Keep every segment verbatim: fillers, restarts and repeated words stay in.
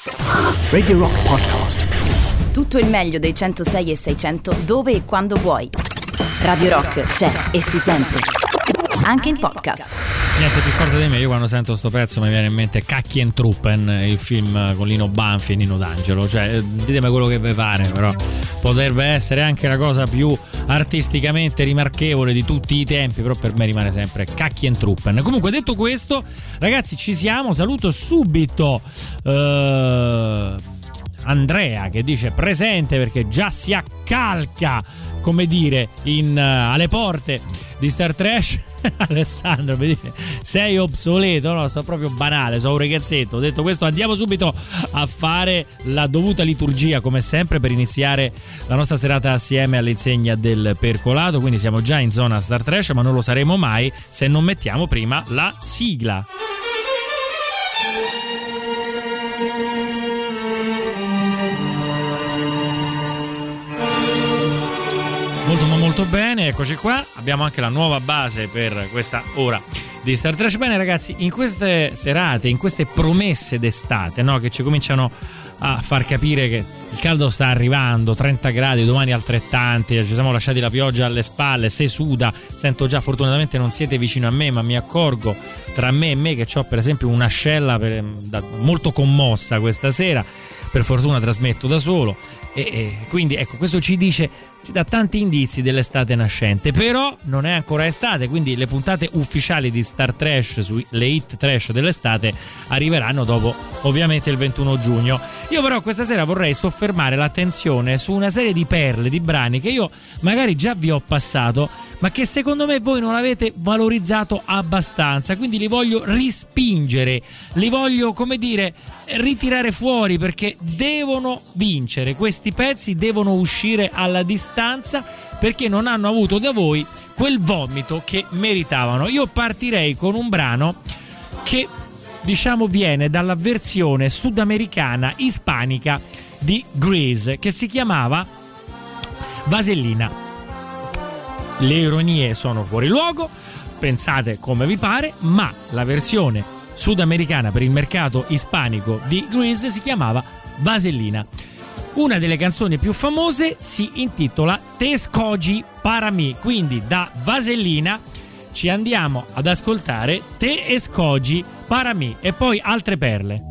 Radio Rock Podcast. Tutto il meglio dei centosei e seicento dove e quando vuoi. Radio Rock c'è e si sente anche in podcast. Niente più forte di me, io quando sento sto pezzo mi viene in mente Cacchientruppen, il film con Lino Banfi e Nino D'Angelo. Cioè, ditemi quello che vi pare, però potrebbe essere anche la cosa più artisticamente rimarchevole di tutti i tempi, però per me rimane sempre Cacchientruppen. Comunque, detto questo, ragazzi, ci siamo. Saluto subito uh, Andrea, che dice presente perché già si accalca, come dire, in, uh, alle porte di Star Trash. Alessandro mi dice sei obsoleto. No, sono proprio banale, sono un ragazzetto. Detto questo, andiamo subito a fare la dovuta liturgia, come sempre, per iniziare la nostra serata assieme all'insegna del percolato. Quindi siamo già in zona Star Trash, ma non lo saremo mai se non mettiamo prima la sigla. Molto ma molto bene, eccoci qua. Abbiamo anche la nuova base per questa ora di Star Trash. Bene ragazzi, in queste serate, in queste promesse d'estate, no, che ci cominciano a far capire che il caldo sta arrivando, trenta gradi, domani altrettanti, ci siamo lasciati la pioggia alle spalle, se suda, sento già, fortunatamente non siete vicino a me, ma mi accorgo tra me e me che ho per esempio un'ascella per, da, molto commossa questa sera. Per fortuna trasmetto da solo e, e quindi ecco, questo ci dice, ci dà tanti indizi dell'estate nascente. Però non è ancora estate, quindi le puntate ufficiali di Star Trash sulle hit trash dell'estate arriveranno dopo, ovviamente, il ventuno giugno. Io però questa sera vorrei soffermare l'attenzione su una serie di perle, di brani che io magari già vi ho passato, ma che secondo me voi non avete valorizzato abbastanza, quindi li voglio rispingere, li voglio, come dire, ritirare fuori, perché devono vincere, questi pezzi devono uscire alla distanza, perché non hanno avuto da voi quel vomito che meritavano. Io partirei con un brano che, diciamo, viene dalla versione sudamericana ispanica di Grease, che si chiamava Vasellina. Le ironie sono fuori luogo, pensate come vi pare, ma la versione sudamericana per il mercato ispanico di Grease si chiamava Vasellina. Una delle canzoni più famose si intitola Te escogi para mí, quindi da Vasellina ci andiamo ad ascoltare Te escogi para mí e poi altre perle.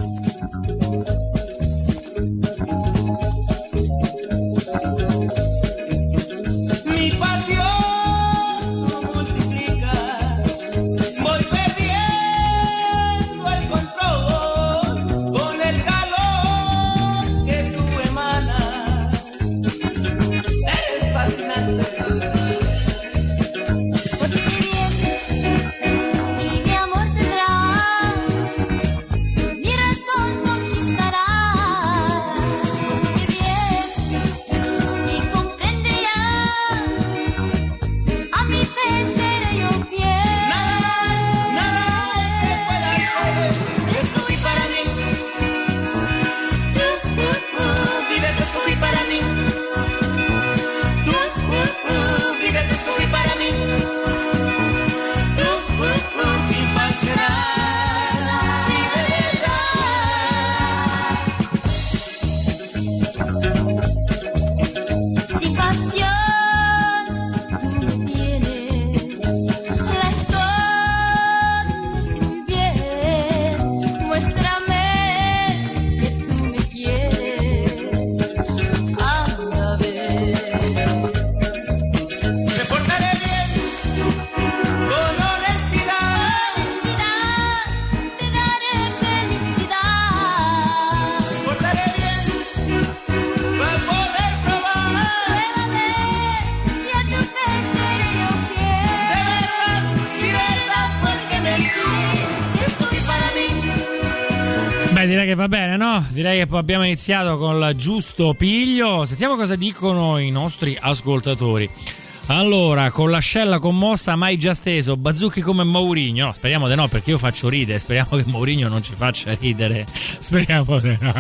Direi che va bene, no? Direi che abbiamo iniziato con il giusto piglio. Sentiamo cosa dicono i nostri ascoltatori. Allora, con l'ascella commossa mai già steso, bazzucchi come Mourinho. No, speriamo di no, perché io faccio ridere. Speriamo che Mourinho non ci faccia ridere. Speriamo di no.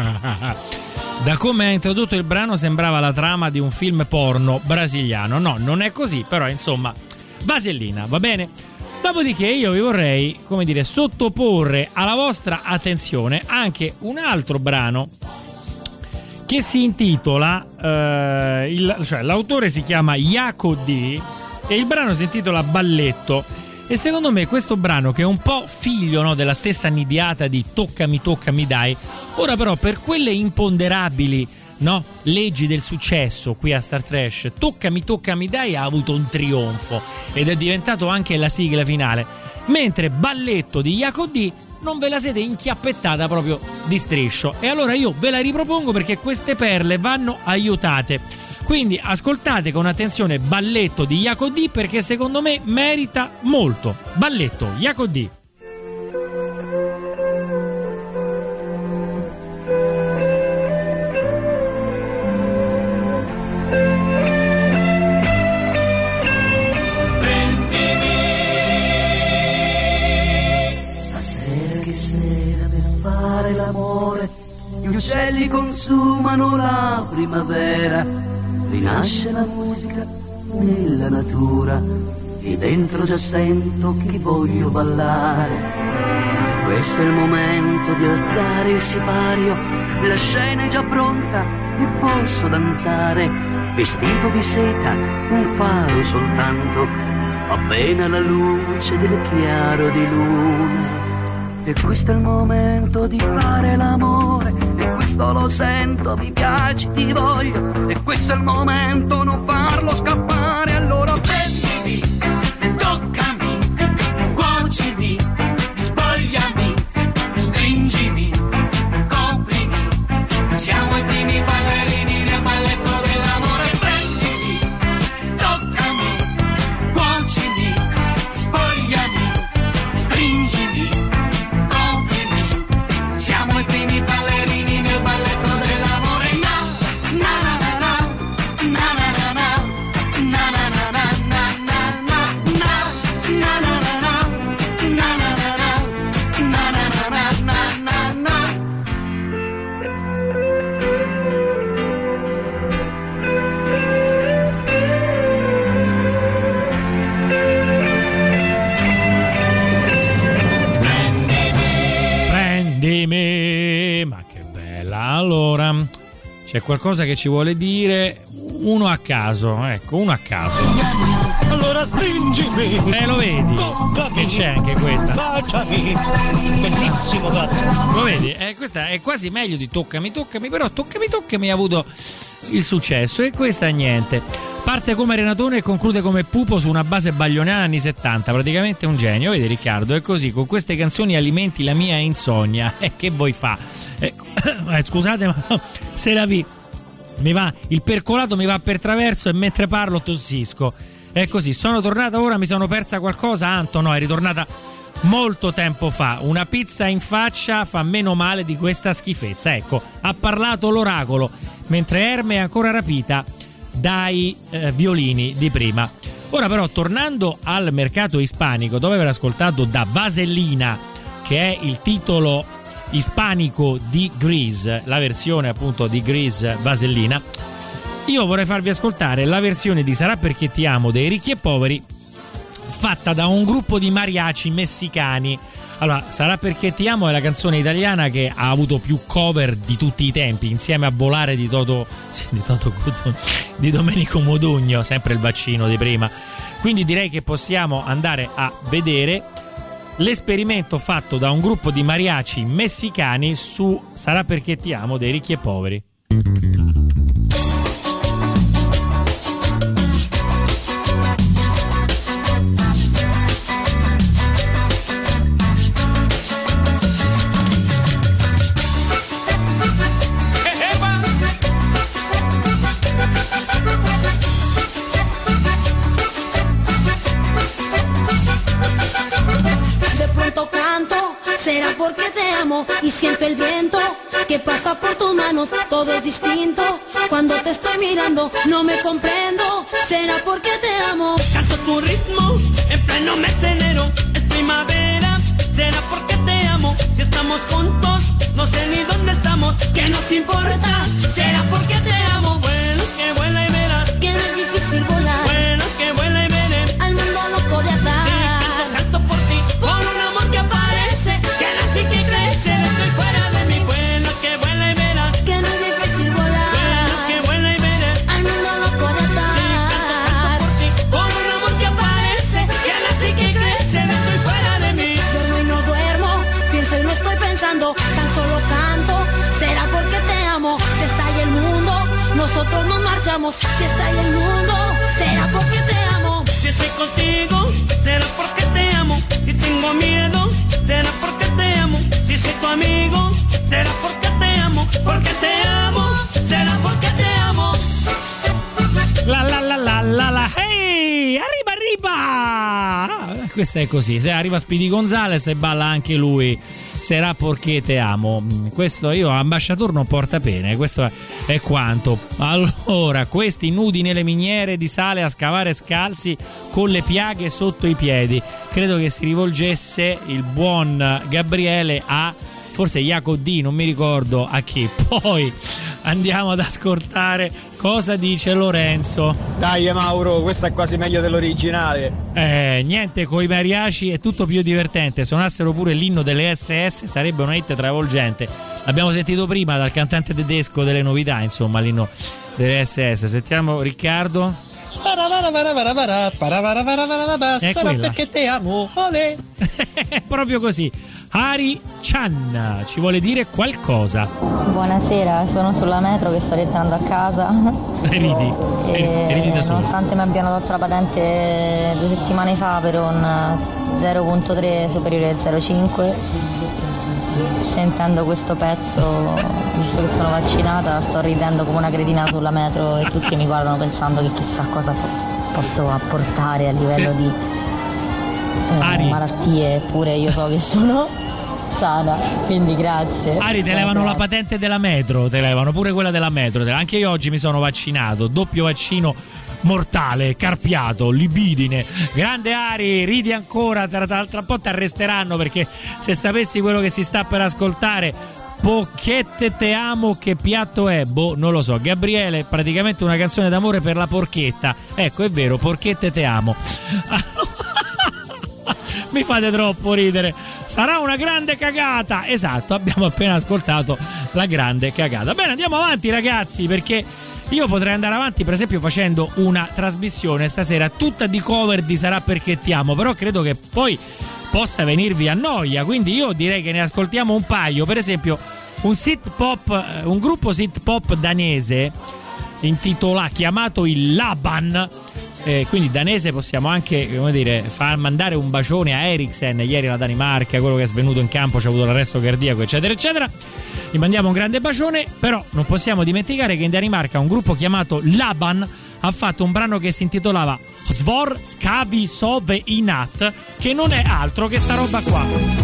Da come ha introdotto il brano sembrava la trama di un film porno brasiliano. No, non è così, però insomma, Vasellina, va bene? Dopodiché io vi vorrei, come dire, sottoporre alla vostra attenzione anche un altro brano che si intitola, eh, il, cioè l'autore si chiama Jaco D e il brano si intitola Balletto. E secondo me questo brano, che è un po' figlio, no, della stessa nidiata di Toccami Toccami Dai, ora però per quelle imponderabili, no, leggi del successo qui a Star Trash, Toccami Toccami Dai ha avuto un trionfo ed è diventato anche la sigla finale, mentre Balletto di Jaco D non ve la siete inchiappettata proprio di striscio. E allora io ve la ripropongo perché queste perle vanno aiutate. Quindi ascoltate con attenzione Balletto di Jaco D, perché secondo me merita molto. Balletto, Jaco D. Stasera che sera per fare l'amore, gli uccelli consumano la primavera. Rinasce la musica nella natura e dentro già sento che voglio ballare. Questo è il momento di alzare il sipario, la scena è già pronta e posso danzare. Vestito di seta, un faro soltanto, appena la luce del chiaro di luna. E questo è il momento di fare l'amore, e questo lo sento, mi piaci, ti voglio, e questo è il momento, non farlo scappare. Allora prendimi, toccami, cuocimi, spogliami, stringimi, coprimi, siamo i primi ballerini nel balletto dell'amore. Prendimi, toccami, cuocimi, spogliami, stringimi, siamo i primi ballerini nel balletto dell'amore. Na na na na na na na na na na na na na na na na Prendimi, ma che bella. Allora, c'è qualcosa che ci vuole dire, uno a caso, ecco, uno a caso. Allora stringimi. Eh, lo vedi? Toccami. Che c'è anche questa. Baciami. Bellissimo, cazzo. Lo vedi? Eh, questa è quasi meglio di Toccami Toccami, però Toccami Toccami ha avuto il successo e questa niente. Parte come Renatone e conclude come Pupo su una base baglioniana anni settanta, praticamente un genio. Vedi Riccardo, è così, con queste canzoni alimenti la mia insonnia. E eh, che vuoi fa? Eh, eh, scusate, ma se la vi mi va, il percolato mi va per traverso e mentre parlo tossisco. È così, sono tornata ora, mi sono persa qualcosa? Anto, no, è ritornata molto tempo fa. Una pizza in faccia fa meno male di questa schifezza. Ecco, ha parlato l'oracolo, mentre Erme è ancora rapita dai eh, violini di prima. Ora però, tornando al mercato ispanico, dopo aver ascoltato Da Vasellina, che è il titolo ispanico di Grease, la versione appunto di Grease Vasellina, io vorrei farvi ascoltare la versione di Sarà perché ti amo dei Ricchi e Poveri, fatta da un gruppo di mariachi messicani. Allora, Sarà perché ti amo è la canzone italiana che ha avuto più cover di tutti i tempi, insieme a Volare di Toto, sì, di Toto di Domenico Modugno, sempre il vaccino di prima. Quindi direi che possiamo andare a vedere l'esperimento fatto da un gruppo di mariachi messicani su Sarà perché ti amo dei Ricchi e Poveri. Será porque te amo y siento el viento que pasa por tus manos, todo es distinto. Cuando te estoy mirando no me comprendo. Será porque te amo. Canto tu ritmo en pleno mes de enero, es primavera. Será porque te amo. Si estamos juntos no sé ni dónde estamos. ¿Qué nos importa? Será porque te amo. Bueno, que vuela y verás que no es difícil volar. Bueno, que vuela y veré al mundo loco de atar. Sí, canto, canto nosotros nos marchamos. Si está en el mundo, será porque te amo. Si estoy contigo, será porque te amo. Si tengo miedo, será porque te amo. Si soy tu amigo, será porque te amo. Porque te amo, será porque te amo. La la la la la la, hey, arriva arriva. Questa è così, se arriva Speedy Gonzales e balla anche lui. Sarà perché te amo. Questo io ambasciatore non porta pene. Questo è, è quanto. Allora, questi nudi nelle miniere di sale a scavare scalzi con le piaghe sotto i piedi. Credo che si rivolgesse il buon Gabriele a forse Jaco D, non mi ricordo a chi. Poi andiamo ad ascoltare cosa dice Lorenzo. Dai Mauro, questa è quasi meglio dell'originale. Eh, niente, coi mariachi è tutto più divertente. Suonassero pure l'inno delle S S sarebbe una hit travolgente. L'abbiamo sentito prima dal cantante tedesco delle novità, insomma, l'inno delle S S. Sentiamo Riccardo. È Sarà perché te amo, olè. Proprio così. Ari Chan ci vuole dire qualcosa. Buonasera, sono sulla metro che sto rientrando a casa. Ridi, e ridi da solo. Nonostante mi abbiano tolto la patente due settimane fa per un zero virgola tre superiore a zero virgola cinque, sentendo questo pezzo, visto che sono vaccinata, sto ridendo come una cretina sulla metro e tutti mi guardano pensando che chissà cosa posso apportare a livello di eh, malattie, eppure io so che sono sana, quindi grazie. Ari, te levano la patente della metro, te levano pure quella della metro. Anche io oggi mi sono vaccinato, doppio vaccino mortale, carpiato, libidine. Grande Ari, ridi ancora, tra, tra, tra un po' ti arresteranno, perché se sapessi quello che si sta per ascoltare, Porchette te amo, che piatto è? Boh, non lo so. Gabriele, praticamente una canzone d'amore per la porchetta. Ecco, è vero, Porchette te amo. Mi fate troppo ridere. Sarà una grande cagata. Esatto, abbiamo appena ascoltato la grande cagata. Bene, andiamo avanti ragazzi, perché io potrei andare avanti per esempio facendo una trasmissione stasera tutta di cover di Sarà perché ti amo, però credo che poi possa venirvi a noia, quindi io direi che ne ascoltiamo un paio. Per esempio un sit pop, un gruppo sit pop danese intitolato, chiamato il Laban. Eh, quindi danese, possiamo anche, come dire, far mandare un bacione a Eriksen, ieri la Danimarca, quello che è svenuto in campo, ci ha avuto l'arresto cardiaco eccetera eccetera. Gli mandiamo un grande bacione, però non possiamo dimenticare che in Danimarca un gruppo chiamato Laban ha fatto un brano che si intitolava Svor Skavi Sove Inat, che non è altro che sta roba qua.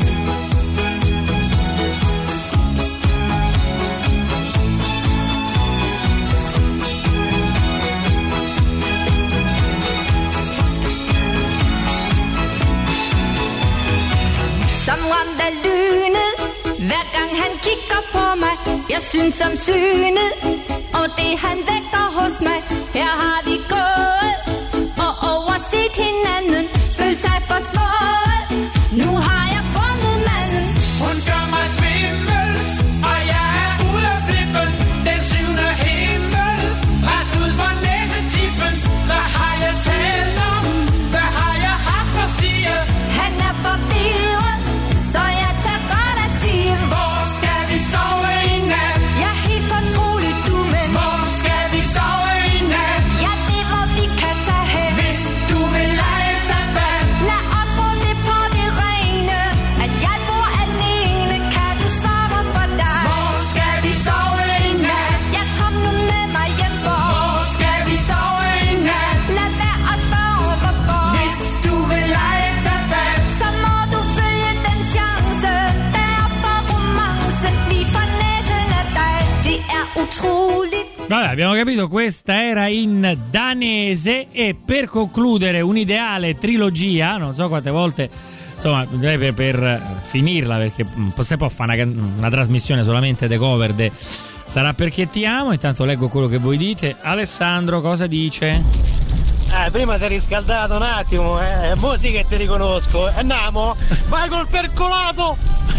Som der lynet, hver gang han kigger på mig. Jeg synes som synet, og det han vækker hos mig. Her har vi gået og overset hinanden, følt sig for smået. Nu har jeg fundet manden. Hun gør mig svimmel, og jeg er ude af flippen. Den syvende himmel, ret ud fra næsetippen. Hvad har jeg talt om? Hvad har jeg haft at sige? Han er forvirret, så jeg tager godt af tiden. Hvor skal vi sove i nat? Jeg er helt fortroligt, du, men hvor skal vi sove i nat? Ja, det hvor vi kan tage hen. Hvis du vil lege, tag fat. Lad os få det på det rene, at jeg bor alene. Kan du svare mig for dig? Hvor skal vi sove i nat? Jeg kom nu med mig hjem, for hvor skal vi sove i nat? Lad være at spørge hvorfor. Hvis du vil lege, tag fat. Så må du følge den chance, der er for romance. Lige for næsen af dig, det er utroligt. Vabbè, abbiamo capito, questa era in danese. E per concludere un'ideale trilogia, non so quante volte, insomma, direi per, per finirla, perché se può fare una, una trasmissione solamente de cover de Sarà perché ti amo. Intanto leggo quello che voi dite. Alessandro cosa dice? Eh, prima ti hai riscaldato un attimo, eh. Mo sì che ti riconosco. Andiamo? Vai col percolato!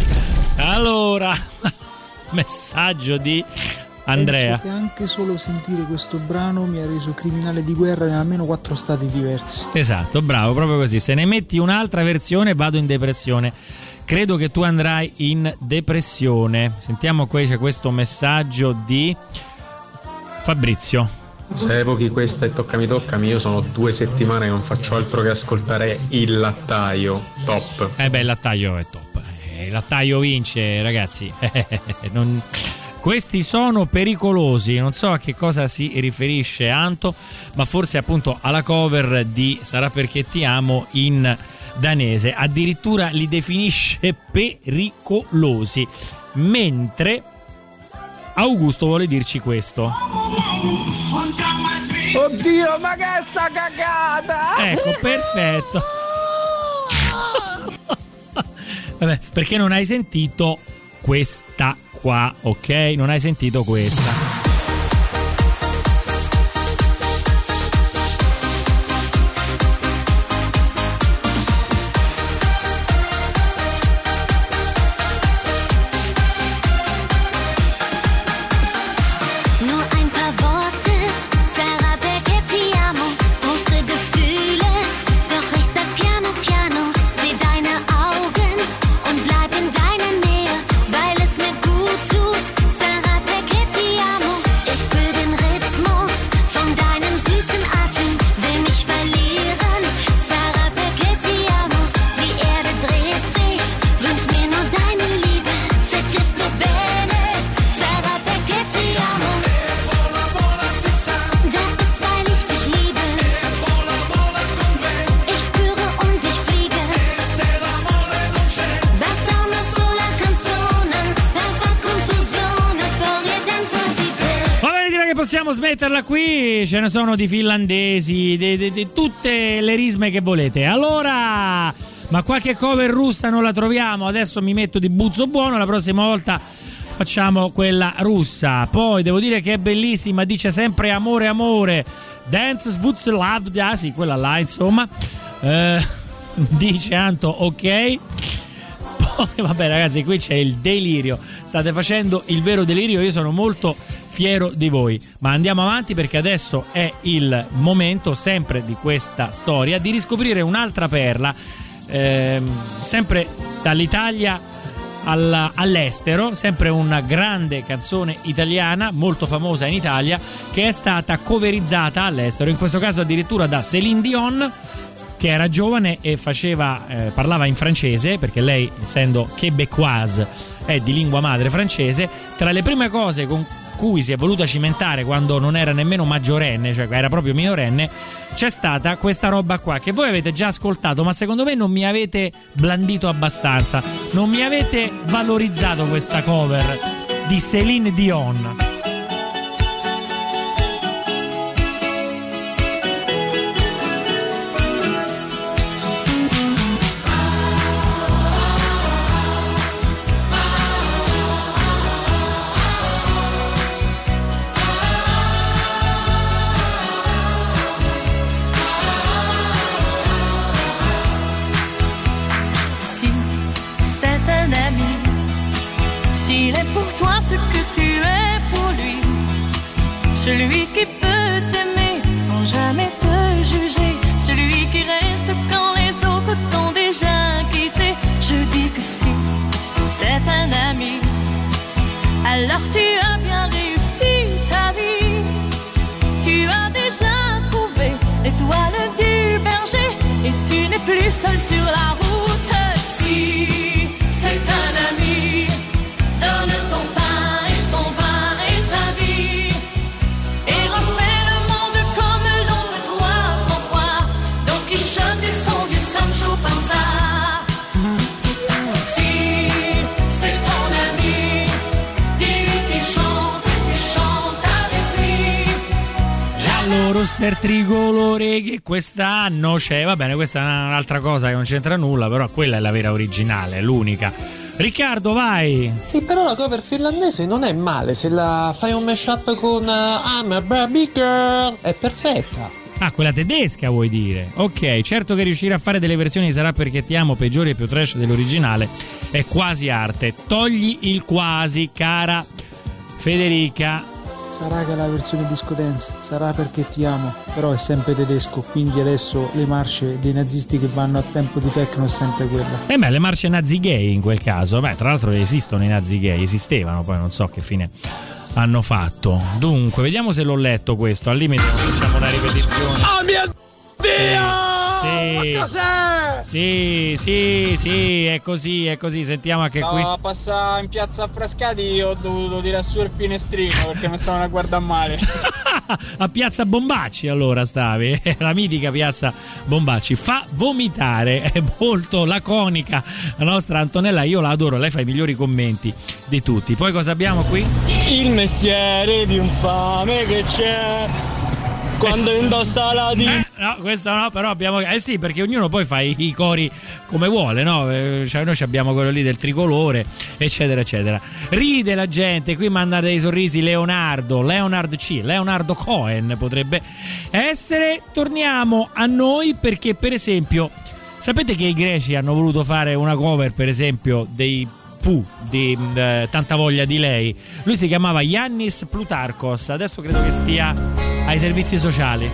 Allora, messaggio di Andrea. Penso che anche solo sentire questo brano mi ha reso criminale di guerra in almeno quattro stati diversi. Esatto, bravo, proprio così. Se ne metti un'altra versione vado in depressione. Credo che tu andrai in depressione. Sentiamo qui, c'è questo messaggio di Fabrizio. Se evochi questa e toccami toccami, io sono due settimane che non faccio altro che ascoltare Il Lattaio, top. Eh beh, Il Lattaio è top. Il Lattaio vince, ragazzi. non... Questi sono pericolosi, non so a che cosa si riferisce Anto, ma forse appunto alla cover di Sarà perché ti amo in danese. Addirittura li definisce pericolosi, mentre Augusto vuole dirci questo. Oddio, ma che è sta cagata? Ecco, perfetto. Vabbè, perché non hai sentito questa qua, ok? Non hai sentito questa. Possiamo smetterla qui, ce ne sono di finlandesi, di, di, di tutte le risme che volete. Allora, ma qualche cover russa non la troviamo? Adesso mi metto di buzzo buono, la prossima volta facciamo quella russa. Poi devo dire che è bellissima, dice sempre amore amore, Dance Svutslav, ah sì, quella là insomma, eh, dice Anto ok. Poi vabbè ragazzi, qui c'è il delirio, state facendo il vero delirio, io sono molto fiero di voi, ma andiamo avanti perché adesso è il momento sempre di questa storia di riscoprire un'altra perla, ehm, sempre dall'Italia alla, all'estero, sempre una grande canzone italiana molto famosa in Italia che è stata coverizzata all'estero, in questo caso addirittura da Céline Dion, che era giovane e faceva eh, parlava in francese, perché lei, essendo québécoise, è di lingua madre francese. Tra le prime cose con cui si è voluta cimentare quando non era nemmeno maggiorenne, cioè era proprio minorenne, c'è stata questa roba qua che voi avete già ascoltato, ma secondo me non mi avete blandito abbastanza, non mi avete valorizzato questa cover di Céline Dion. Celui qui peut t'aimer sans jamais te juger, celui qui reste quand les autres t'ont déjà quitté. Je dis que si c'est un ami, alors tu as bien réussi ta vie. Tu as déjà trouvé l'étoile du berger et tu n'es plus seul sur la route. Si c'est un ami, donne ton pain et ton vin et ta vie. Roster tricolore che quest'anno c'è, va bene, questa è un'altra cosa che non c'entra nulla, però quella è la vera originale, l'unica. Riccardo, vai. Sì, però la cover finlandese non è male, se la fai un mashup con uh, I'm a Barbie Girl è perfetta. Ah, quella tedesca vuoi dire? Ok, certo che riuscire a fare delle versioni di Sarà perché ti amo peggiori e più trash dell'originale è quasi arte. Togli il quasi, cara Federica. Sarà che la versione disco dance, sarà perché ti amo, però è sempre tedesco, quindi adesso le marce dei nazisti che vanno a tempo di techno è sempre quella. Eh beh, le marce nazi gay in quel caso, beh, tra l'altro esistono i nazi gay, esistevano, poi non so che fine hanno fatto. Dunque, vediamo se l'ho letto questo, al limite facciamo una ripetizione. Oh mio Dio! Sì, Ma cos'è? sì, sì, sì, è così, è così, sentiamo anche qui. No, passare in piazza Frascati ho dovuto tirare su il finestrino perché mi stavano a guardare male. A piazza Bombacci allora stavi, la mitica piazza Bombacci. Fa vomitare, è molto laconica la nostra Antonella, io la adoro, lei fa i migliori commenti di tutti. Poi cosa abbiamo qui? Il mestiere di un fame che c'è quando indossa la di... Eh, no, questo no, però abbiamo... Eh sì, perché ognuno poi fa i, i cori come vuole, no? Eh, cioè noi abbiamo quello lì del tricolore, eccetera, eccetera. Ride la gente, qui manda dei sorrisi Leonardo, Leonard C, Leonardo Cohen potrebbe essere. Torniamo a noi perché, per esempio, sapete che i greci hanno voluto fare una cover, per esempio, dei Pooh, di eh, Tanta voglia di lei. Lui si chiamava Yannis Plutarchos, adesso credo che stia ai servizi sociali.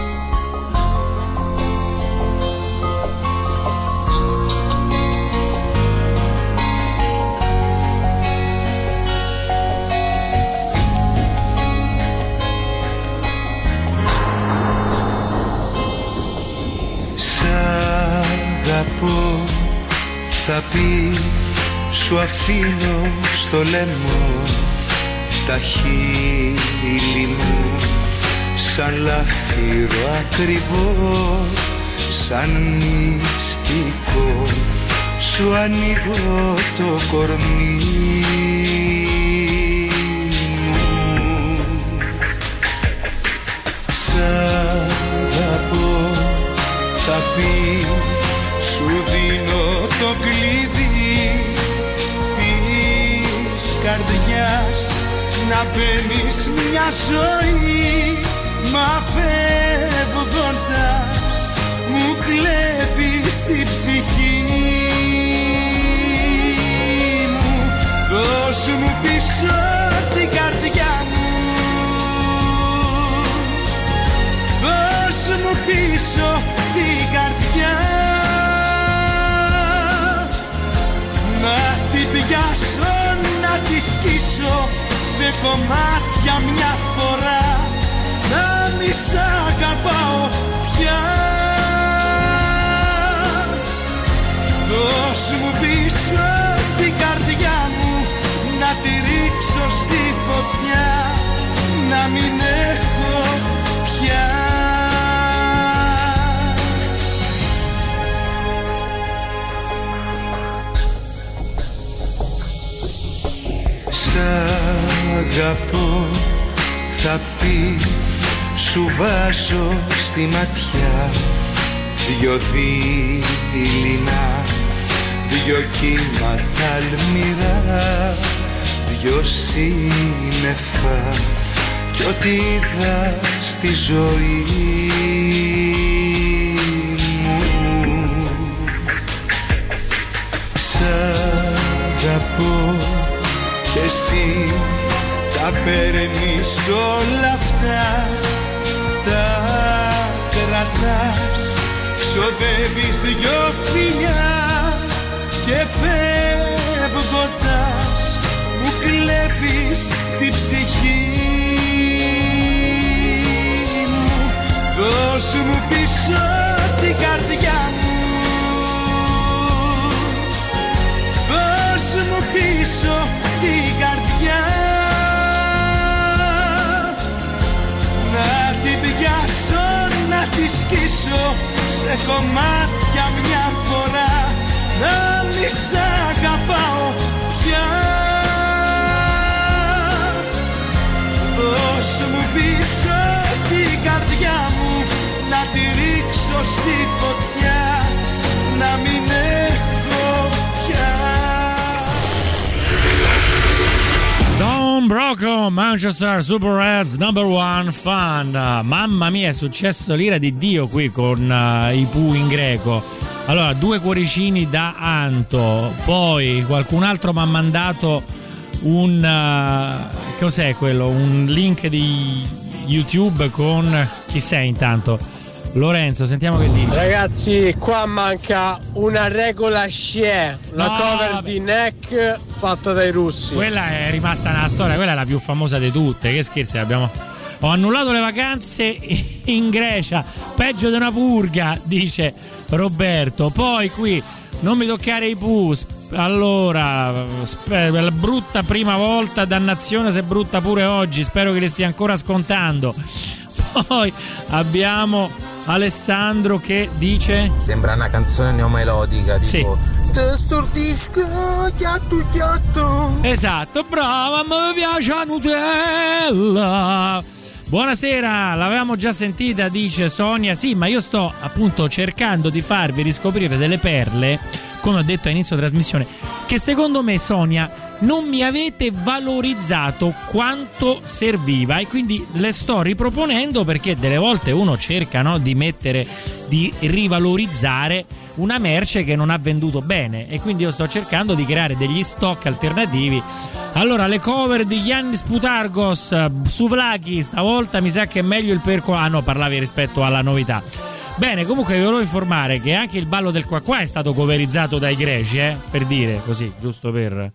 S'agapώ, θα πει, σου αφήνω στο λαιμό τα χείλη μου σαν λάφυρο ακριβό, σαν μυστικό σου ανοίγω το κορμί μου. Σ' αγαπώ, θα πει, σου δίνω το κλειδί της καρδιάς να παίρνεις μια ζωή, μα φεύγοντας μου κλέβεις την ψυχή μου. Δώσ' μου πίσω την καρδιά μου, δώσ' μου πίσω την καρδιά, να την πιάσω, να τη σκίσω σε κομμάτια μια φορά, να μη σ' αγαπάω πια. Δώσ' μου πίσω την καρδιά μου, να τη ρίξω στη φωτιά, να μην έχω πια. Σ' αγαπώ, θα πει, σου βάζω στη ματιά δυο δειλινά, δυο κύματα αλμυρά, δυο σύννεφα κι ό,τι είδα στη ζωή μου. Σ' αγαπώ κι εσύ τα παίρνεις όλα αυτά, τα κρατάς, ξοδεύεις δυο φιλιά και φεύγοντας μου κλέβεις την ψυχή μου. Δώσ' μου πίσω την καρδιά μου, δώσ' μου πίσω την καρδιά, να την πιάσω, να τη σκίσω σε κομμάτια μια φορά, να μη σ' αγαπάω πια. Δώσ' μου πίσω την καρδιά μου, να τη ρίξω στη φωτιά, να μην έχω πια. Don Broco, Manchester Super Reds number one fan. Mamma mia, è successo l'ira di Dio qui con uh, i Pooh in greco. Allora, due cuoricini da Anto, poi qualcun altro mi ha mandato un uh, cos'è quello? Un link di YouTube con chi sei intanto? Lorenzo, sentiamo che dici. Ragazzi, qua manca una regola scie, la no, cover vabbè. di Neck fatta dai russi. Quella è rimasta nella storia, quella è la più famosa di tutte. Che scherzi, abbiamo. Ho annullato le vacanze in Grecia, peggio di una purga, dice Roberto. Poi qui non mi toccare i pus. Allora, sper- la brutta prima volta, dannazione se è brutta pure oggi, spero che li stia ancora scontando. Poi abbiamo Alessandro che dice: sembra una canzone neomelodica, tipo sì. Te stordisco, chiatto chiatto. Esatto, brava, mi piace la Nutella. Buonasera, l'avevamo già sentita, dice Sonia. Sì, ma io sto appunto cercando di farvi riscoprire delle perle, come ho detto a inizio trasmissione, che secondo me, Sonia, non mi avete valorizzato quanto serviva, e quindi le sto riproponendo perché delle volte uno cerca, no, di mettere, di rivalorizzare una merce che non ha venduto bene, e quindi io sto cercando di creare degli stock alternativi. Allora, le cover di Giannis Putargos, Souvlaki, stavolta mi sa che è meglio il percorso. Ah no, parlavi rispetto alla novità. Bene, comunque vi volevo informare che anche il ballo del qua qua è stato coverizzato dai greci, eh? Per dire così, giusto per...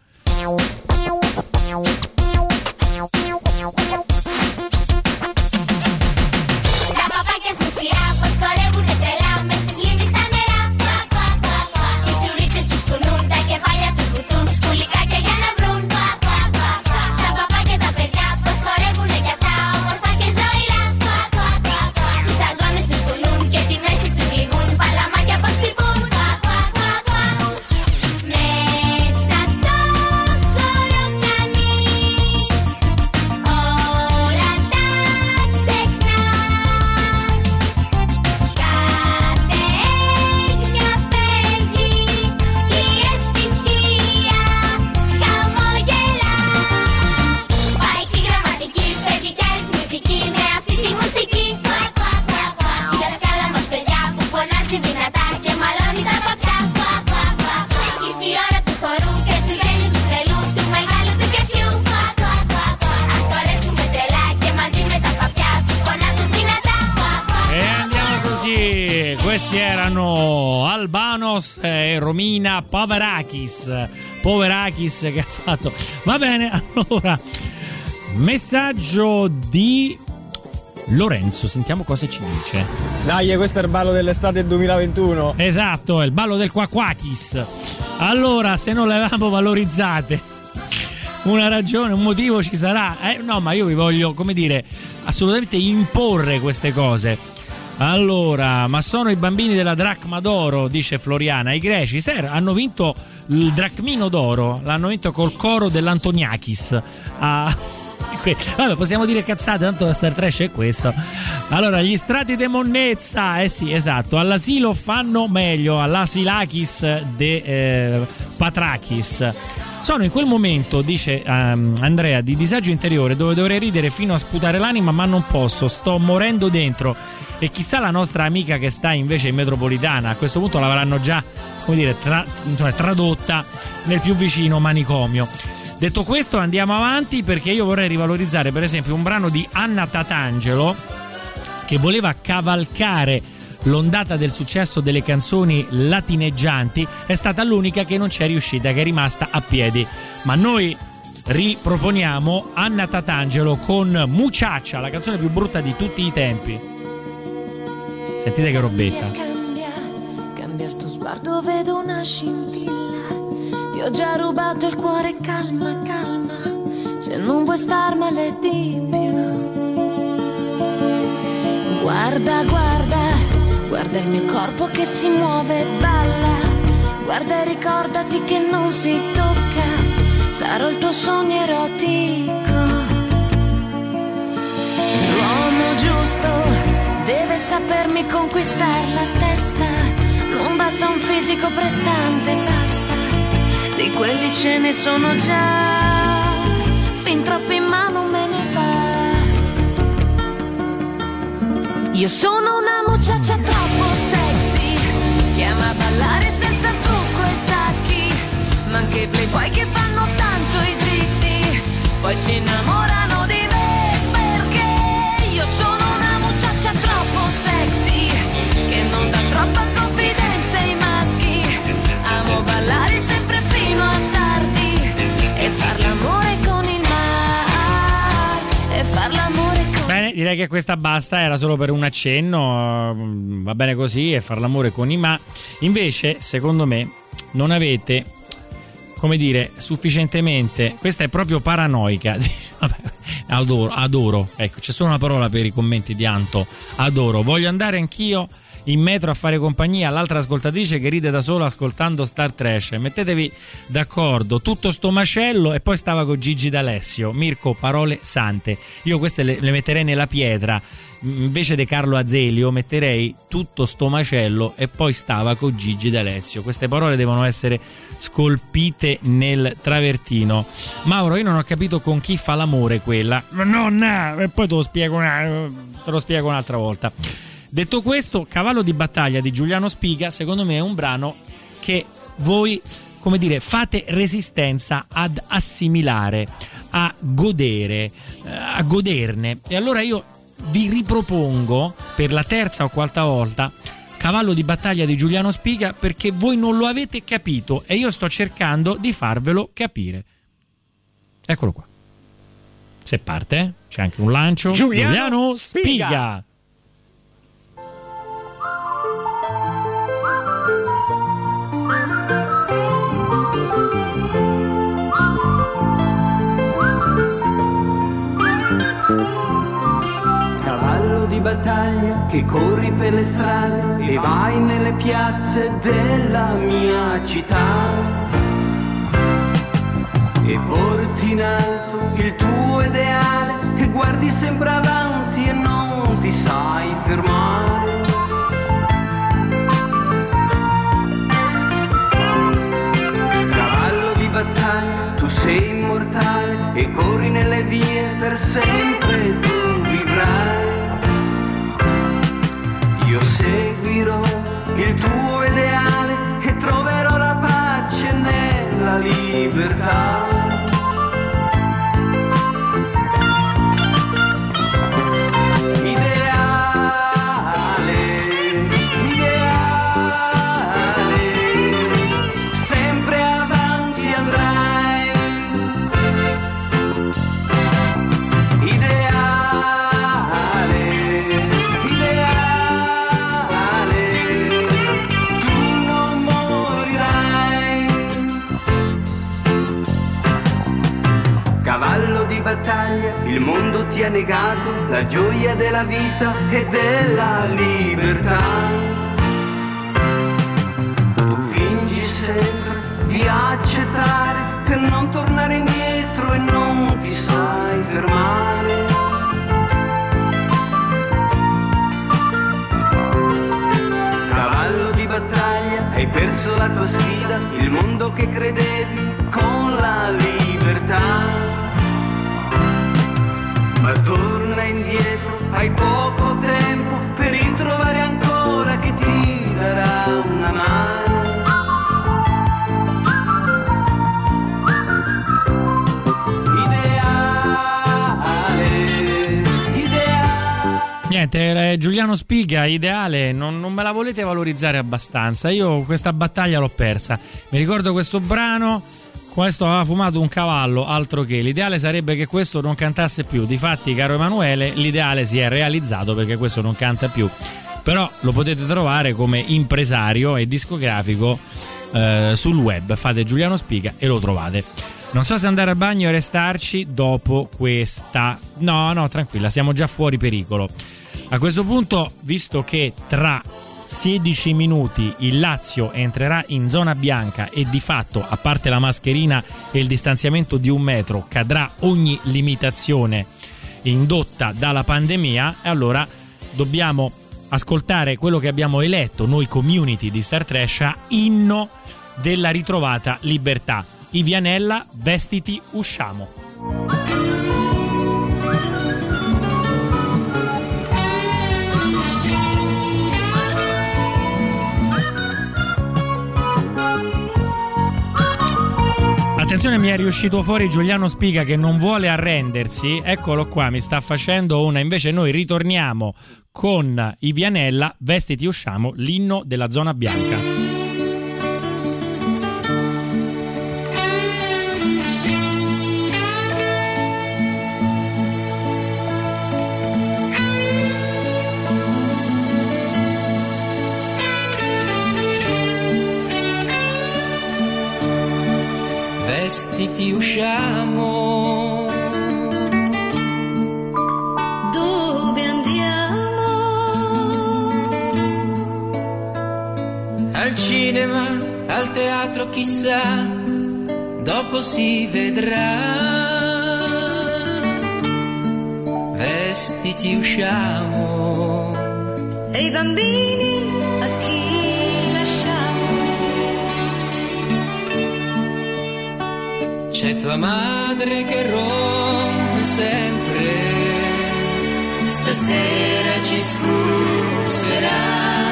E Romina Poverakis Poverakis che ha fatto. Va bene, allora messaggio di Lorenzo, sentiamo cosa ci dice. Dai, questo è il ballo dell'estate duemilaventuno. Esatto, è il ballo del Quaquakis. Allora, se non le avevamo valorizzate, una ragione, un motivo ci sarà. Eh, no, ma io vi voglio, come dire, assolutamente imporre queste cose. Allora, ma sono i bambini della dracma d'oro, dice Floriana. I greci ser, hanno vinto il dracmino d'oro, l'hanno vinto col coro dell'Antoniakis. Ah, vabbè, possiamo dire cazzate, tanto Star Trash è questo. Allora, gli strati de monnezza, eh sì, esatto, all'asilo fanno meglio, all'asilakis de eh, Patrakis. Sono in quel momento, dice um, Andrea, di disagio interiore dove dovrei ridere fino a sputare l'anima, ma non posso, sto morendo dentro. E chissà la nostra amica che sta invece in metropolitana, a questo punto l'avranno già, come dire, tra, cioè, tradotta nel più vicino manicomio. Detto questo, andiamo avanti, perché io vorrei rivalorizzare per esempio un brano di Anna Tatangelo che voleva cavalcare l'ondata del successo delle canzoni latineggianti. È stata l'unica che non c'è riuscita, che è rimasta a piedi. Ma noi riproponiamo Anna Tatangelo con Muchacha, la canzone più brutta di tutti i tempi. Sentite che robetta. Cambia, cambia il tuo sguardo, vedo una scintilla. Ti ho già rubato il cuore, calma, calma. Se non vuoi starmele di più. Guarda, guarda, guarda il mio corpo che si muove e balla. Guarda e ricordati che non si tocca. Sarò il tuo sogno erotico. L'uomo giusto deve sapermi conquistare la testa. Non basta un fisico prestante, basta. Di quelli ce ne sono già. Fin troppi in mano me ne va. Io sono una muchacha troppo sexy, che ama ballare senza trucco e tacchi. Ma anche i playboy che fanno tanto i dritti poi si innamorano di me, perché io sono una muchacha troppo sexy, che non dà troppa confidenza ai maschi. Amo ballare sempre fino a tardi, direi che questa basta, era solo per un accenno, va bene così, e far l'amore con i ma. Invece, secondo me, non avete, come dire, sufficientemente, questa è proprio paranoica. Vabbè, adoro, adoro, ecco, c'è solo una parola per i commenti di Anto, adoro, voglio andare anch'io in metro a fare compagnia all'altra ascoltatrice che ride da sola ascoltando Star Trash. Mettetevi d'accordo, tutto sto macello, e poi stava con Gigi D'Alessio. Mirko, parole sante, io queste le, le metterei nella pietra, invece di Carlo Azeglio metterei tutto sto macello e poi stava con Gigi D'Alessio. Queste parole devono essere scolpite nel travertino. Mauro, io non ho capito con chi fa l'amore quella, no no, e poi te lo spiego, una, te lo spiego un'altra volta. Detto questo, Cavallo di battaglia di Giuliano Spiga secondo me è un brano che voi, come dire, fate resistenza ad assimilare, a godere, a goderne. E allora io vi ripropongo per la terza o quarta volta Cavallo di battaglia di Giuliano Spiga, perché voi non lo avete capito e io sto cercando di farvelo capire. Eccolo qua. Se parte, eh? C'è anche un lancio. Giuliano, Giuliano Spiga. Spiga. Cavallo di battaglia che corri per le strade e vai nelle piazze della mia città e porti in alto il tuo ideale e guardi sempre avanti e non ti sai fermare. Cavallo di battaglia, tu sei immortale e corri nelle vie per sempre, tu vivrai. Io seguirò il tuo ideale e troverò la pace nella libertà. Ideale, ideale, sempre avanti andrai. Ideale, ideale, tu non morirai. Cavallo di battaglia, il mondo ti ha negato la gioia della vita e della libertà. Tu fingi sempre di accettare per non tornare indietro e non ti sai fermare. Cavallo di battaglia, hai perso la tua sfida, il mondo che credevi con la libertà. Ma torna indietro, hai poco tempo per ritrovare ancora chi ti darà una mano. Ideale, ideale. Niente, eh, Giuliano Spiga, ideale, non, non me la volete valorizzare abbastanza. Io questa battaglia l'ho persa. Mi ricordo questo brano, questo aveva fumato un cavallo, altro che. L'ideale sarebbe che questo non cantasse più. Difatti, caro Emanuele, l'ideale si è realizzato perché questo non canta più. Però lo potete trovare come impresario e discografico eh, sul web. Fate Giuliano Spiga e lo trovate. Non so se andare al bagno e restarci dopo questa. No, no, tranquilla, siamo già fuori pericolo. A questo punto, visto che tra sedici minuti il Lazio entrerà in zona bianca e di fatto, a parte la mascherina e il distanziamento di un metro, cadrà ogni limitazione indotta dalla pandemia, e allora dobbiamo ascoltare quello che abbiamo eletto noi community di Star Trash, inno della ritrovata libertà. I Vianella, vestiti, usciamo. Attenzione, mi è riuscito fuori Giuliano Spiga che non vuole arrendersi. Eccolo qua, mi sta facendo una. Invece noi ritorniamo con i Vianella, vestiti, usciamo, l'inno della zona bianca. teatro chissà, dopo si vedrà. Vestiti, usciamo. E i bambini a chi lasciamo? C'è tua madre che rompe sempre, stasera ci scuserà.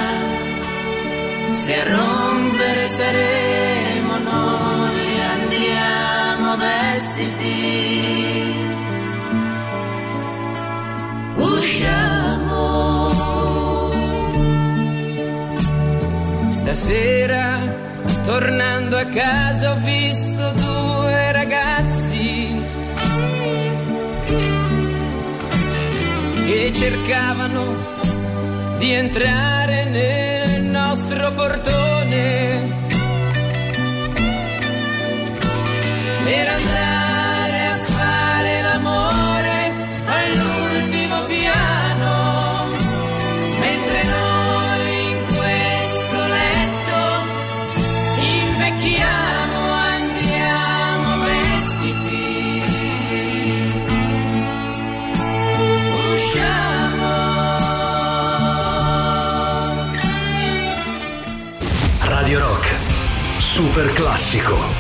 Se a rompere saremo noi, andiamo vestiti, usciamo. Stasera, tornando a casa, ho visto due ragazzi che cercavano di entrare nel nostro portone per andare a fare l'amore all'ultimo piano, mentre noi in questo letto invecchiamo, andiamo vestiti, usciamo. Radio Rock, super classico.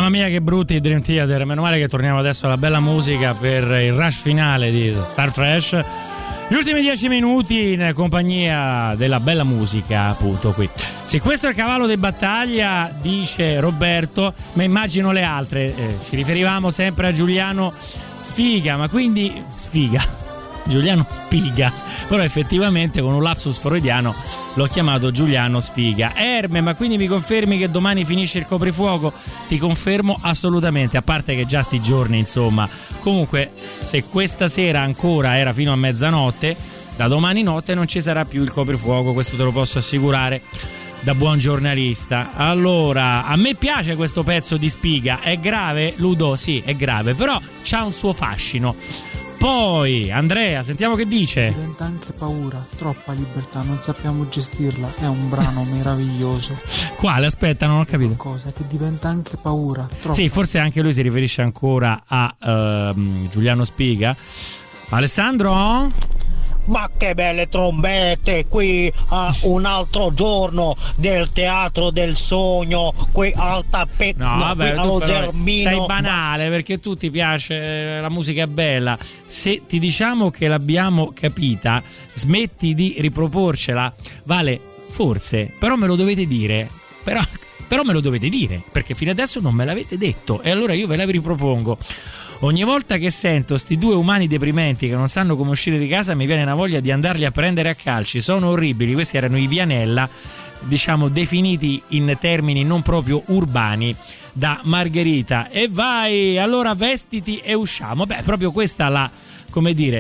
Mamma mia che brutti i Dream Theater, meno male che torniamo adesso alla bella musica per il rush finale di Star Trash. Gli ultimi dieci minuti in compagnia della bella musica, appunto qui. Se questo è il cavallo di battaglia, dice Roberto, ma immagino le altre. Eh, ci riferivamo sempre a Giuliano Sfiga, ma quindi Sfiga. Giuliano Spiga, però effettivamente con un lapsus freudiano l'ho chiamato Giuliano Sfiga. Erme, ma quindi mi confermi che domani finisce il coprifuoco? Ti confermo assolutamente, a parte che già sti giorni, insomma. Comunque, se questa sera ancora era fino a mezzanotte, da domani notte non ci sarà più il coprifuoco, questo te lo posso assicurare da buon giornalista. Allora, a me piace questo pezzo di Spiga, è grave, Ludo? Sì, è grave, però c'ha un suo fascino. Poi Andrea, sentiamo che dice. Diventa anche paura, troppa libertà, non sappiamo gestirla, è un brano meraviglioso. Quale? Aspetta, non ho capito. Cosa che diventa anche paura, troppa. Sì, forse anche lui si riferisce ancora a uh, Giuliano Spiga. Alessandro? Ma che belle trombette qui a un altro giorno del Teatro del Sogno qui al tappeto, no, no, vabbè, qui allo Zermino. Sei banale perché tu ti piace, la musica è bella. Se ti diciamo che l'abbiamo capita, smetti di riproporcela. Vale, forse, però me lo dovete dire. Però, però me lo dovete dire, perché fino adesso non me l'avete detto e allora io ve la ripropongo. Ogni volta che sento sti due umani deprimenti che non sanno come uscire di casa mi viene una voglia di andarli a prendere a calci, sono orribili. Questi erano i Vianella, diciamo definiti in termini non proprio urbani da Margherita. E vai, allora vestiti e usciamo. Beh, proprio questa la, come dire,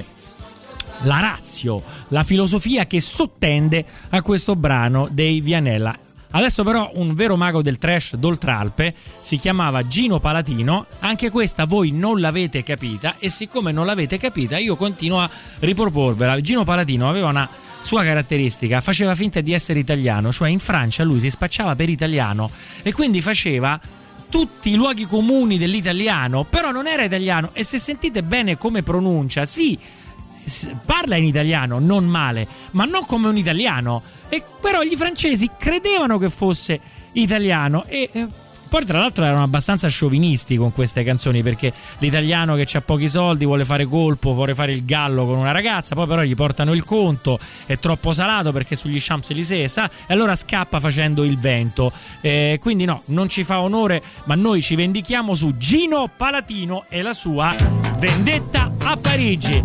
la ratio, la filosofia che sottende a questo brano dei Vianella. Adesso però un vero mago del trash d'Oltralpe, si chiamava Gino Palatino, anche questa voi non l'avete capita e siccome non l'avete capita io continuo a riproporvela. Gino Palatino aveva una sua caratteristica, faceva finta di essere italiano, cioè in Francia lui si spacciava per italiano e quindi faceva tutti i luoghi comuni dell'italiano, però non era italiano e se sentite bene come pronuncia, sì, parla in italiano, non male, ma non come un italiano. E però gli francesi credevano che fosse italiano e eh, poi tra l'altro erano abbastanza sciovinisti con queste canzoni perché l'italiano che ha pochi soldi vuole fare colpo, vuole fare il gallo con una ragazza, poi però gli portano il conto, è troppo salato perché sugli Champs-Élysées sa, e allora scappa facendo il vento. Eh, quindi no, non ci fa onore, ma noi ci vendichiamo su Gino Palatino e la sua vendetta a Parigi.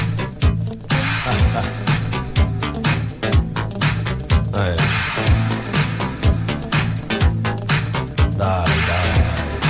Eh. Dai, dai.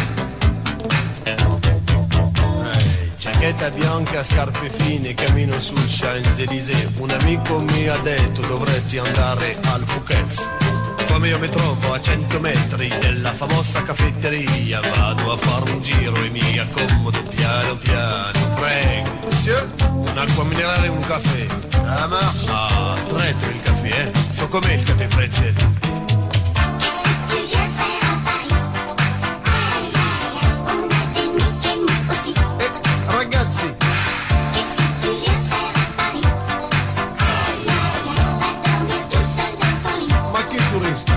Eh, giacchetta bianca, scarpe fine, cammino sul Champs-Élysées. Un amico mi ha detto dovresti andare al Fouquet's. Come io mi trovo a cento metri della famosa caffetteria, vado a fare un giro e mi accomodo piano piano. Prego, monsieur, un'acqua minerale e un caffè. Ça marche? Ah, stretto il caffè, eh? So com'è il caffè francese. Eh, ragazzi, ma che turista?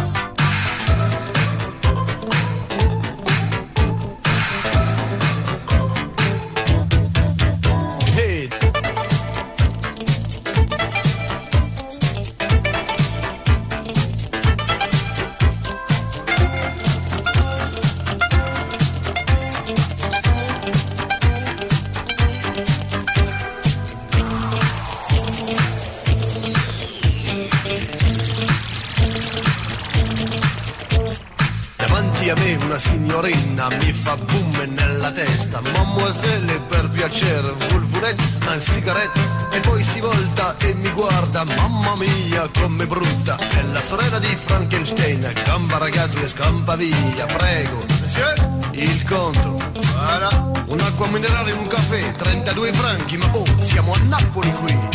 A me una signorina mi fa boom nella testa, mademoiselle per piacere, vous voulez un cigarette? E poi si volta e mi guarda, mamma mia come brutta, è la sorella di Frankenstein, gamba ragazzo e scampa via, prego, monsieur, il conto, voilà, un'acqua minerale e un caffè, trentadue franchi, ma oh, siamo a Napoli qui.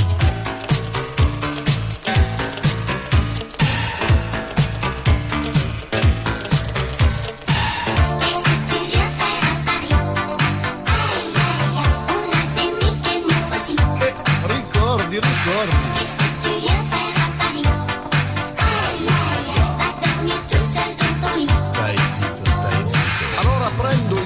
Stai zitto, stai zitto. Allora prendo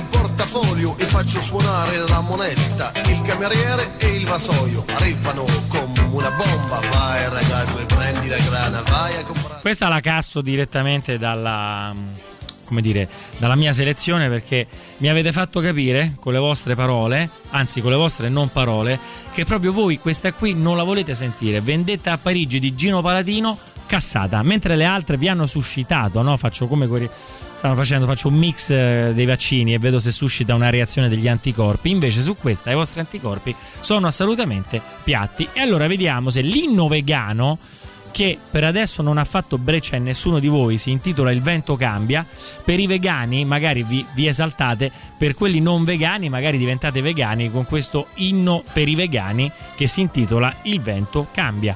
faccio suonare la moneta, il cameriere e il vasoio arrivano come una bomba. Vai ragazzo e prendi la grana, vai a comprare. Questa la casso direttamente dalla, come dire, dalla mia selezione, perché mi avete fatto capire con le vostre parole, anzi con le vostre non parole, che proprio voi questa qui non la volete sentire. Vendetta a Parigi di Gino Paladino, cassata, mentre le altre vi hanno suscitato, no? Faccio come quelli stanno facendo, faccio un mix dei vaccini e vedo se suscita una reazione degli anticorpi. Invece su questa i vostri anticorpi sono assolutamente piatti. E allora vediamo se l'inno vegano, che per adesso non ha fatto breccia in nessuno di voi, si intitola Il vento cambia. Per i vegani magari vi, vi esaltate, per quelli non vegani magari diventate vegani con questo inno per i vegani che si intitola Il vento cambia.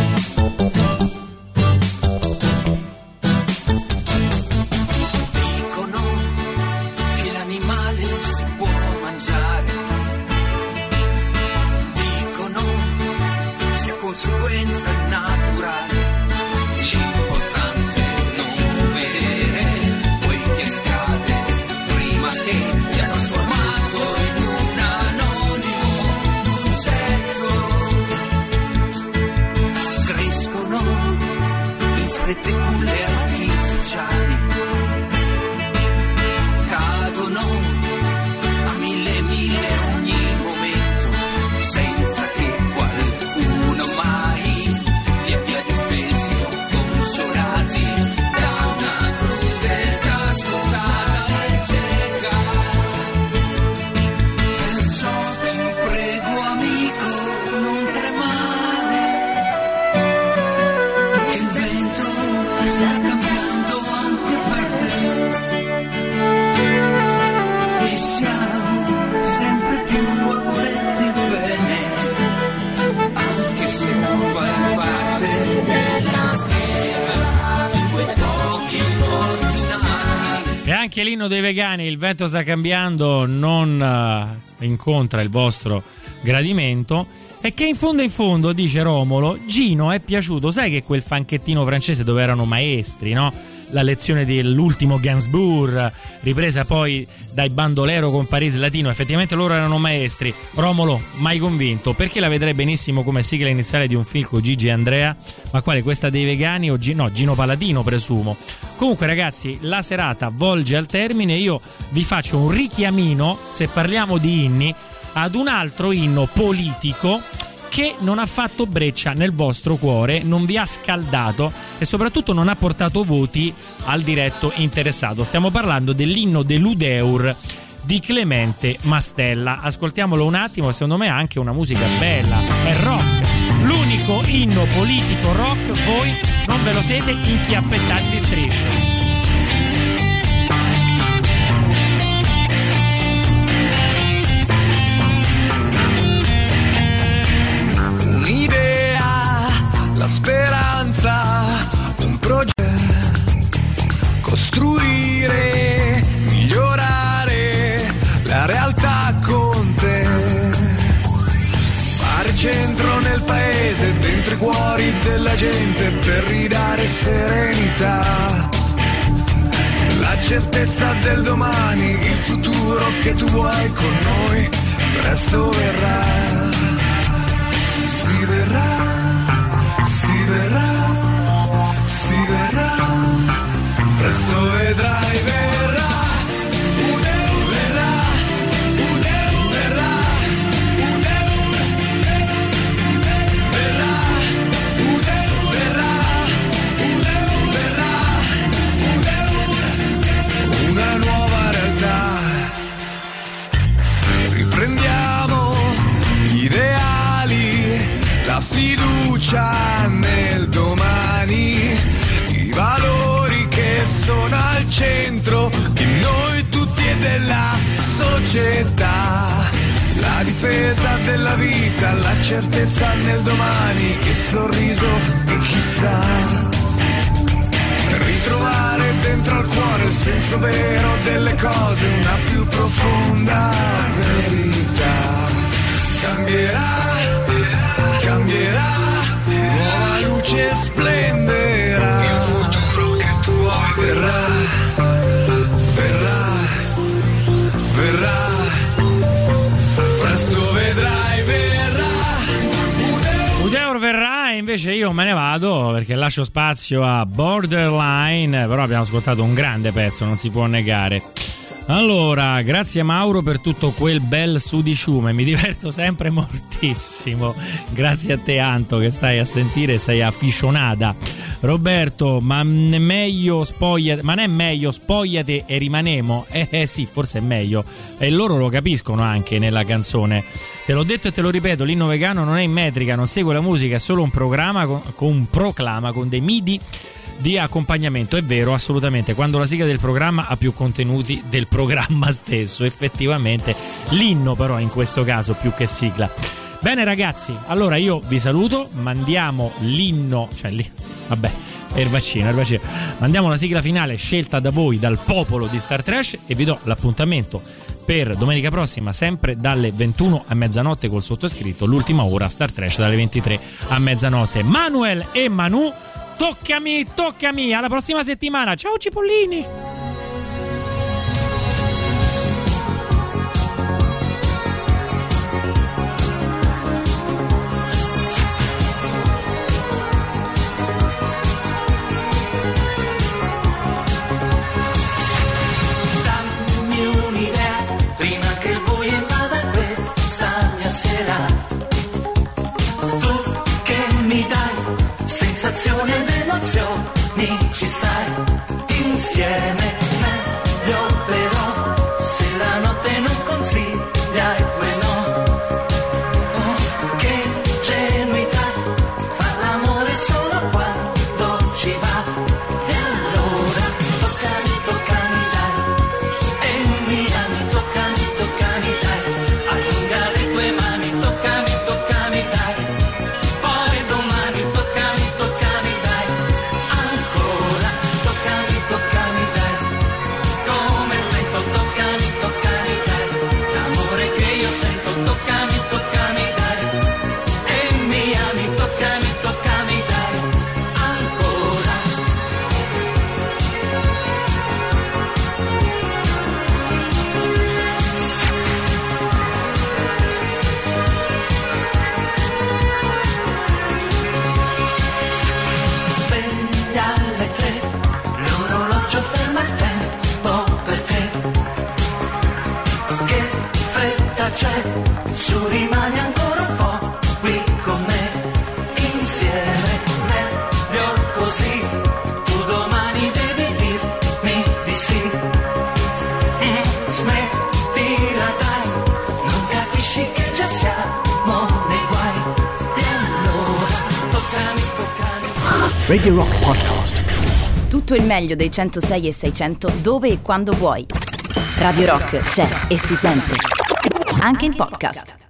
Conseguenza naturale, l'importante è non vedere quel che accade prima che sia trasformato in un anonimo concetto. Crescono in fretta e culle artificiali, cadono a mille mille ogni momento, senza che qualcuno mai li abbia difesi o consolati da una crudeltà scontata e cieca. Perciò ti prego amico non tremare, che il vento sta cambiando anche per te e siamo sempre più a volerti bene, anche se non fai parte della schiera di quei pochi fortunati. E anche l'inno dei vegani, Il vento sta cambiando, non uh, incontra il vostro gradimento. E che in fondo in fondo, dice Romolo, Gino è piaciuto, sai che quel fanchettino francese dove erano maestri, no? La lezione dell'ultimo Gainsbourg, ripresa poi dai Bandolero con Paris Latino, effettivamente loro erano maestri. Romolo, mai convinto, perché la vedrei benissimo come sigla iniziale di un film con Gigi e Andrea, ma quale, questa dei vegani o G- no, Gino Paladino presumo. Comunque ragazzi, la serata volge al termine, io vi faccio un richiamino, se parliamo di inni, ad un altro inno politico che non ha fatto breccia nel vostro cuore, non vi ha scaldato e soprattutto non ha portato voti al diretto interessato. Stiamo parlando dell'inno dell'Udeur di Clemente Mastella. Ascoltiamolo un attimo, secondo me ha anche una musica bella, è rock, l'unico inno politico rock, voi non ve lo siete inchiappettati di strisce. La speranza, un progetto, costruire, migliorare la realtà con te, fare centro nel paese, dentro i cuori della gente per ridare serenità, la certezza del domani, il futuro che tu vuoi con noi, presto verrà, si verrà. Si verrà, si verrà, presto vedrai, verrà, Udeur verrà, Udeur verrà, Udeur verrà, Udeur verrà, Udeur verrà, Udeur, una nuova realtà. Riprendiamo gli ideali, la fiducia nel domani, i valori che sono al centro di noi tutti e della società, la difesa della vita, la certezza nel domani, il sorriso e chissà, ritrovare dentro al cuore il senso vero delle cose, una più profonda verità. Cambierà, cambierà, nuova luce splenderà, il futuro che tu vuoi verrà, verrà, verrà, invece io me ne vado perché lascio spazio a Borderline, però abbiamo ascoltato un grande pezzo, non si può negare. Allora, grazie Mauro per tutto quel bel sudiciume, mi diverto sempre moltissimo. Grazie a te Anto che stai a sentire, sei afficionata. Roberto, ma non è meglio spogliate, ma non è meglio spogliate e rimanemo? Eh, eh sì, forse è meglio. E loro lo capiscono anche nella canzone. Te l'ho detto e te lo ripeto, l'inno vegano non è in metrica, non segue la musica, è solo un programma con, con un proclama con dei midi di accompagnamento. È vero, assolutamente, quando la sigla del programma ha più contenuti del programma stesso, effettivamente l'inno però in questo caso più che sigla. Bene ragazzi, allora io vi saluto, mandiamo l'inno, cioè lì, vabbè, è il vaccino, è il vaccino. Mandiamo la sigla finale scelta da voi, dal popolo di Star Trash, e vi do l'appuntamento per domenica prossima, sempre dalle ventuno a mezzanotte col sottoscritto, l'ultima ora Star Trash dalle ventitré a mezzanotte. Manuel e Manu, toccami, toccami, alla prossima settimana, ciao cipollini. Sensazioni ed emozioni, ci stai insieme, meglio però se la notte non consiglia i tuoi no. Oh, che genuità, fa l'amore solo quando ci va. E allora toccami, toccami dai, e mi ami, toccami, toccami dai, allunga le tue mani, toccami, toccami dai. C'è, su rimani ancora un po' qui con me, insieme, meglio così, tu domani devi dirmi di sì. Mm, smettila dai, non capisci che già siamo nei guai, e allora toccami, toccami. Radio Rock Podcast. Tutto il meglio dei centosei e seicento dove e quando vuoi. Radio Rock c'è e si sente anche in podcast.